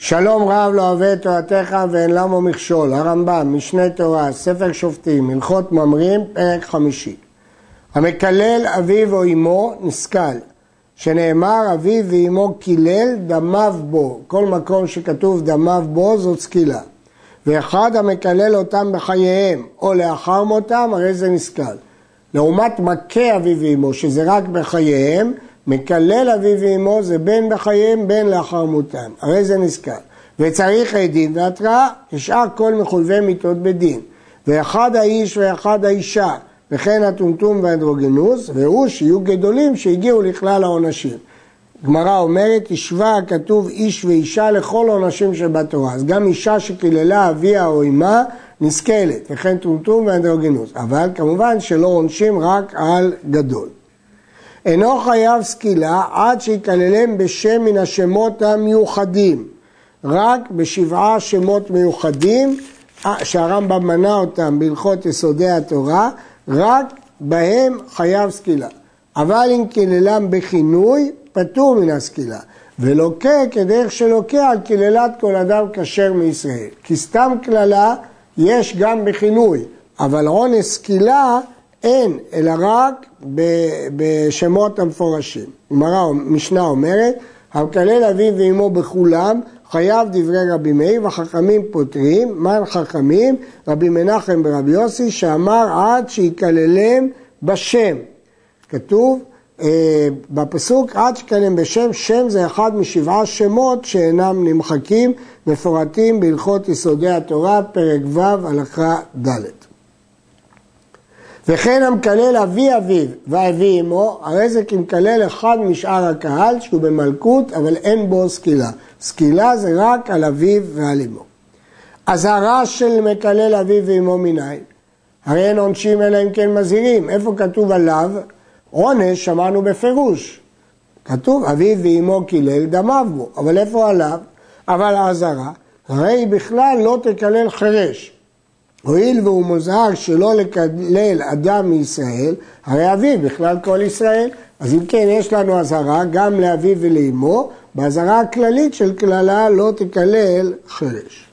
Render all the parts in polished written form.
שלום רב לא אוהב את תורתך ואין למו מכשול. הרמב"ם, משנה תורה, ספר שופטים, הלכות ממרים, פרק 5. המקלל אביו או אמו נסכל, שנאמר אביו ואמו קילל דמיו בו. כל מקום שכתוב דמיו בו זאת סקילה. ואחד המקלל אותם בחייהם או לאחר מותם, הרי זה נסכל. לעומת מכה אביו ואמו, שזה רק בחייהם, מקלל אביו ואמו זה בין בחייהם בין לאחר מותם, הרי זה נסכל. וצריך עדים והתראה, ישאר כל מחולבי מיתות בדין. ואחד האיש ואחד האישה, וכן הטומטום והאנדרוגינוס, והוא שיהיו גדולים שהגיעו לכלל העונשים. גמרא אומרת, השווה הכתוב איש ואישה לכל העונשים שבתורה. אז גם אישה שקיללה אביה או אמה נסכלת, וכן טומטום ואנדרוגינוס. אבל כמובן שלא עונשים רק על גדול. אינו חייב סקילה עד שיקללם בשם מן השמות המיוחדים. רק בשבעה שמות מיוחדים, שהרמב"ם מנה אותם בהלכות יסודי התורה, רק בהם חייב סקילה. אבל אם קיללם בכינוי, פטור מן הסקילה. ולוקה כדרך שלוקה על קיללת כל אדם כשר מישראל. כי סתם קללה יש גם בכינוי, אבל עונש סקילה אין, אלא רק בשמות המפורשים. משנה אומרת, המקלל אביו ואמו בכולם, חייב דברי רבי מאיר, והחכמים פותרים. מה חכמים? רבי מנחם ברבי יוסי, שאמר עד שיקללם בשם. כתוב בפסוק, עד שיקללם בשם, שם זה אחד משבעה שמות שאינם נמחקים, מפורטים בהלכות יסודי התורה, פרק ו' הלכה ד'. וכן המקלל אבי אביו ואבי אמו, הרי זה כמקלל אחד משאר הקהל שהוא במלכות, אבל אין בו סקילה. סקילה זה רק על אביו ועל אמו. אזהרה של מקלל אביו ואמו מניין. הרי אין עונשים אלא אם כן מזהירים. איפה כתוב עליו? עונש שמענו בפירוש. כתוב אביו ואמו קילל דמיו בו, אבל איפה עליו? אבל האזהרה, הרי בכלל לא תקלל חרש. הואיל והוא מוזהר שלא לקלל אדם מישראל, הרי אביו בכלל כל ישראל. אז אם כן יש לנו אזהרה גם לאביו ולאמו, באזהרה הכללית של כללה לא תקלל חרש.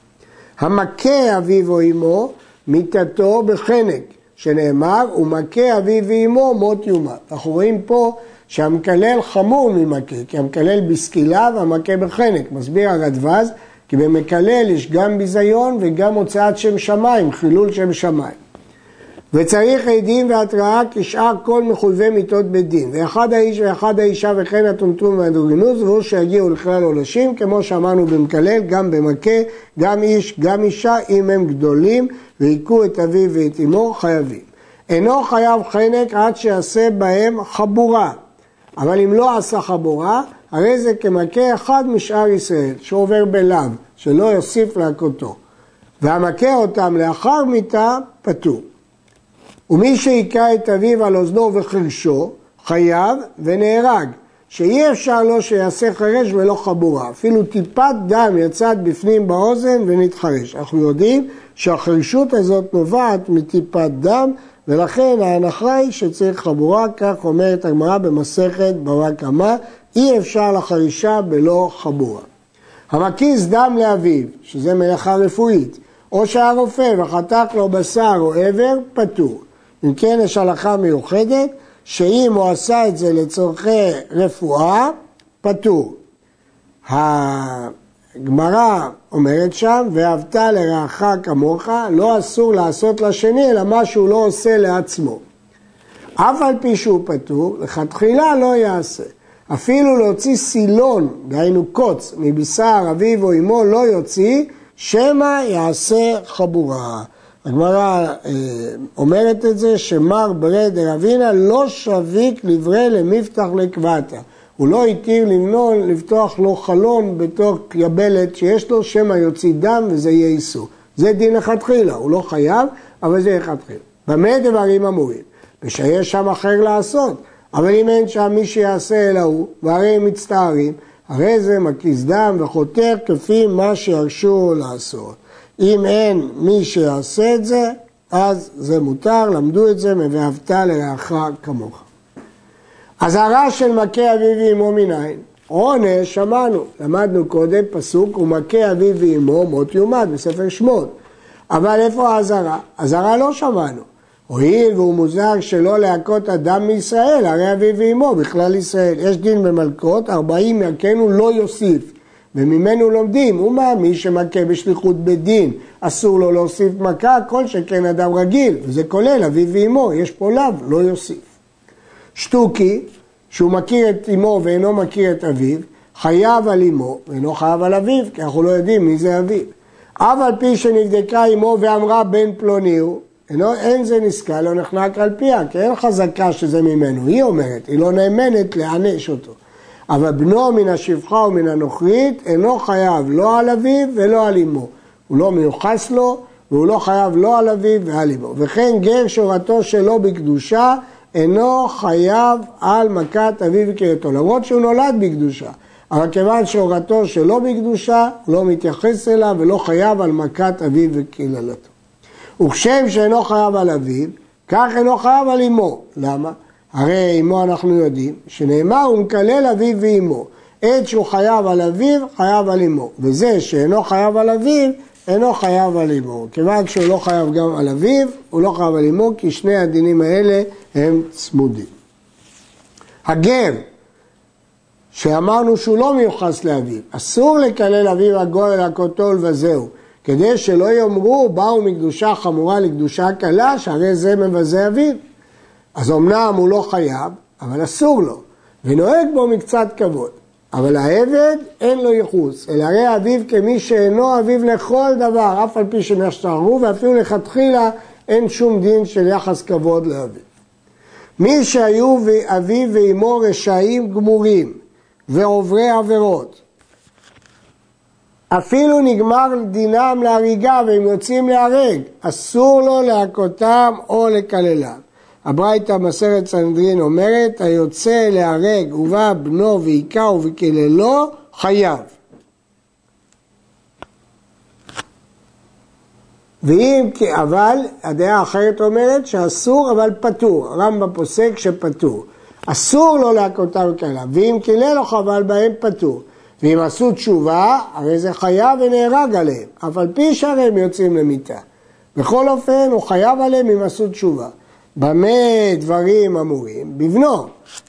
המכה אביו או אמו מיתתו בחנק, שנאמר ומכה אביו ואמו מות יומת. אנחנו רואים פה שהמקלל חמור ממכה, כי המקלל בסקילה והמכה בחנק. מסביר הרדב"ז, כי במקלל יש גם ביזיון וגם הוצאת שם שמיים, חילול שם שמיים. וצריך עדים והתראה כשאר כל מחולבי מיתות בדין. ואחד האיש ואחד האישה וכן הטומטום והאנדרוגינוס, והוא שיגיעו לכלל עונשים, כמו שאמרנו במקלל, גם במכה, גם איש, גם אישה, אם הם גדולים, והיכו את אביו ואת אמו, חייבים. אינו חייב חנק עד שיעשה בהם חבורה. אבל אם לא עשה חבורה, הרי זה כמכה אחד משאר ישראל, שעובר בלאו, שלא יוסיף להכותו. והמכה אותם לאחר מיתה, פטור. ומי שהיכה את אביו על אוזנו וחרשו, חייב ונהרג, שאי אפשר לו שיעשה חרש ולא חבורה. אפילו טיפת דם יצאת בפנים באוזן ונתחרש. אנחנו יודעים שהחרשות הזאת נובעת מטיפת דם, ולכן ההנחה היא שצריך חבורה, כך אומרת הגמרא במסכת בבא קמא, אי אפשר לחרישה בלא חבורה. המקיס דם לאביו, שזה מלאכה רפואית, או שהרופא וחתך לו בשר או עבר, פטור. אם כן יש הלכה מיוחדת, שאם הוא עשה את זה לצורכי רפואה, פטור. הגמרא אומרת שם, ואהבת לרעך כמוך, לא אסור לעשות לשני, אלא מה שהוא לא עושה לעצמו. אף על פי שהוא פטור, לכתחילה לא יעשה. אפילו להוציא סילון, דהיינו קוץ, מבשר אביו או אמו לא יוציא, שמא יעשה חבורה. הגמרא אומרת את זה, שמר ברי דרבינה לא שביק לברי למפתח לקבטה. הוא לא התיר לפתוח לו חלון בתוך יבלת שיש לו, שמא יוציא דם וזה יהיה איסור. זה דין לכתחילה, הוא לא חייב, אבל זה לכתחילה. במה דברים אמורים? ושיש שם אחר לעשות. אבל אם אין שם מי שיעשה אלא הוא, והרי הם מצטערים, הרי זה מקיס דם וחותר כפי מה שירשו לעשות. אם אין מי שיעשה את זה, אז זה מותר, למדו את זה, ואהבת לרעך כמוך. אזהרה של מכה אביו ואמו מניין, עונש שמענו, למדנו קודם פסוק, ומכה אביו ואמו מות יומת בספר שמות. אבל איפה האזהרה? האזהרה לא שמענו. הואיל והוא מוזר שלא להכות אדם מישראל, הרי אביו ואמו בכלל ישראל. יש דין במלכות, 40 יכנו לא יוסיף. וממנו לומדים, מי שמכה בשליחות בדין, אסור לו להוסיף מכה, כל שכן אדם רגיל, וזה כולל אביו ואמו, יש פה לאו, לא יוסיף. שטוקי, שהוא מכיר את אמו ואינו מכיר את אביו, חייב על אמו ואינו חייב על אביו, כי אנחנו לא יודעים מי זה אביו. אף על פי שנבדקה אמו ואמרה בן פלוני הוא, אין זה נסקה, לא נחנק על פיה, כי אין חזקה שזה ממנו, היא אומרת, היא לא נאמנת להענש אותו. אבל בנו מן השפחה ומן הנוכרית אינו חייב לא על אביו ולא על אמו. הוא לא מיוחס לו והוא לא חייב לא על אביו ועל אמו. וכן גר שורתו שלו בקדושה אינו חייב על מכת אביו וקהילתו, למרות שהוא נולד בקדושה. אבל כיוון שורתו שלו בקדושה, הוא לא מתייחס אליו ולא חייב על מכת אביו וקהילתו. וכשם שאינו חייב על אביו, כך אינו חייב על אמו. למה? הרי אמו אנחנו יודעים שנאמר הוא מקלל אביו ואמו. עת שהוא חייב על אביו, חייב על אמו. וזה שאינו חייב על אביו, אינו חייב על אמו. כיוון שהוא לא חייב גם על אביו, הוא לא חייב על אמו, כי שני הדינים האלה הם צמודים. הגר, שאמרנו שהוא לא מיוחס לאביו, אסור לקלל אביו הגוי להכותו ולבזהו, כדי שלא יאמרו באו מקדושה חמורה לקדושה קלה, שהרי זה מבזה אביו. אז אמנם הוא לא חייב, אבל אסור לו, ונוהג בו מקצת כבוד. אבל העבד אין לו ייחוס, אלא הרי אביו כמי שאינו אביו לכל דבר, אף על פי שנשתערו, ואפילו לכתחילה אין שום דין של יחס כבוד לאביו. מי שהיו אביו ואמו רשעים גמורים ועוברי עבירות, אפילו נגמר דינם להריגה והם יוצאים להרג, אסור לו להכותם או לקללם. הברייתא מסכת סנהדרין אומרת, היוצא להרג ובא בנו והיכהו וקיללו, חייב. אבל הדעה האחרת אומרת שאסור אבל פטור, הרמב"ם פוסק שפטור. אסור לו להכותם וקללם, ואם קילל או חבל בהם פטור. ואם עשו תשובה, הרי זה חייב ונהרג עליהם, אף על פי שהרי הם יוצאים למיתה. בכל אופן הוא חייב עליהם אם עשו תשובה. במה דברים אמורים? בבנו,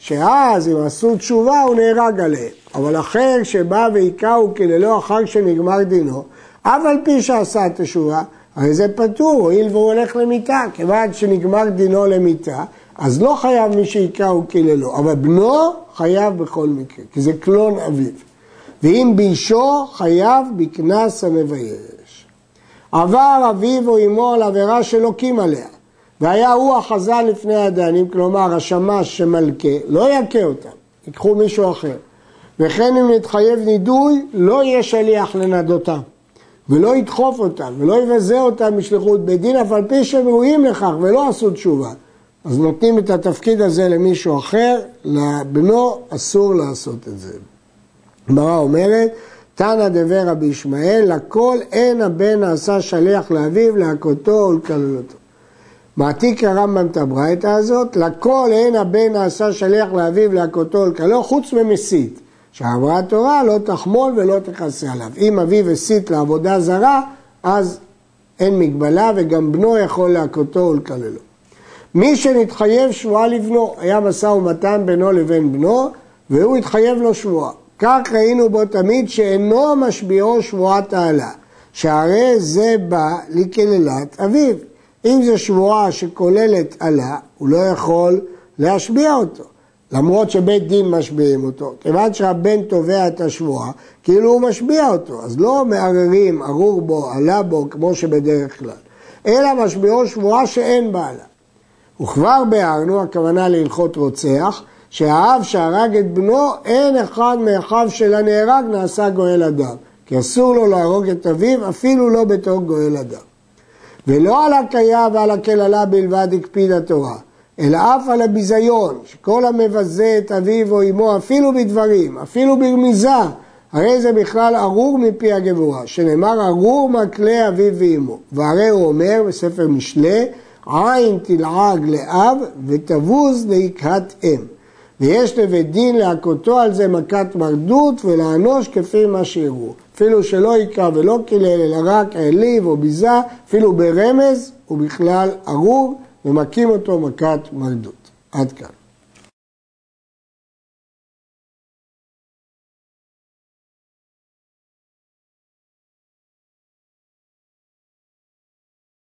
שאז אם עשו תשובה הוא נהרג עליהם, אבל אחר שבא והיכהו וקיללו אחר שנגמר דינו, אף על פי שעשה את התשובה, הרי זה פטור, הואיל והוא הולך למיתה, כיוון שנגמר דינו למיתה, אז לא חייב מי שהיכהו וקיללו, אבל בנו חייב בכל מקרה, כי זה קלון אביו. ואם בישו חייב בקנס המבייש. עבר אביו או אמו על עבירה שלוקים עליה, והיה הוא החזן לפני הדיינים, כלומר השמש שמלכה, לא יקה אותם, ייקחו מישהו אחר. וכן אם נתחייב נידוי, לא יהיה שליח לנדותם, ולא ידחוף אותם, ולא יבזה אותם משליחות בדין, אף על פי שהם ראויים לכך ולא עשו תשובה. אז נותנים את התפקיד הזה למישהו אחר, לבנו אסור לעשות את זה. הגמרא אומרת, תנא דבר רבי ישמעאל, לכל אין הבן נעשה שליח לאביו, להכותו ולקללותו. מעתיק הרמב"ם את הברייתא הזאת, לכל אין הבן נעשה שליח לאביו, להכותו ולקללותו, חוץ ממסית, שעברה התורה לא תחמול ולא תכסה עליו. אם אביו הסית לעבודה זרה, אז אין מגבלה, וגם בנו יכול להכותו ולקללו. מי שנתחייב שבועה לבנו, היה משא ומתן בינו לבין בנו, והוא התחייב לו שבועה. כך ראינו בו תמיד שאינו משביעו שבועת תעלה, שהרי זה בא לקללת אביו. אם זו שבועה שכוללת עלה, הוא לא יכול להשביע אותו, למרות שבית דין משביעים אותו. כיוון שהבן תובע את השבועה, כאילו הוא משביע אותו, אז לא מערערים, ארור בו, עלה בו, כמו שבדרך כלל, אלא משביעו שבועה שאין בה עלה. וכבר ביארנו, הכוונה להלכות רוצח, שהאב שהרג את בנו, אין אחד מאחיו של הנהרג נעשה גואל אדם. כי אסור לו להרוג את אביו, אפילו לא בתור גואל אדם. ולא על הקיה ועל הקללה בלבד הקפיד התורה, אלא אף על הביזיון, שכל המבזה את אביו או אמו, אפילו בדברים, אפילו ברמיזה, הרי זה בכלל ארור מפי הגבורה, שנאמר ארור מקלה אביו ואמו. והרי הוא אומר בספר משלי, עין תלעג לאב ותבוז להיקהת אם. ויש לבית דין להכותו על זה מכת מרדות ולענוש כפי מה שיראו. אפילו שלא יקרא ולא קילל, אלא רק העליב או ביזה, אפילו ברמז הוא בכלל ארור ומכים אותו מכת מרדות. עד כאן.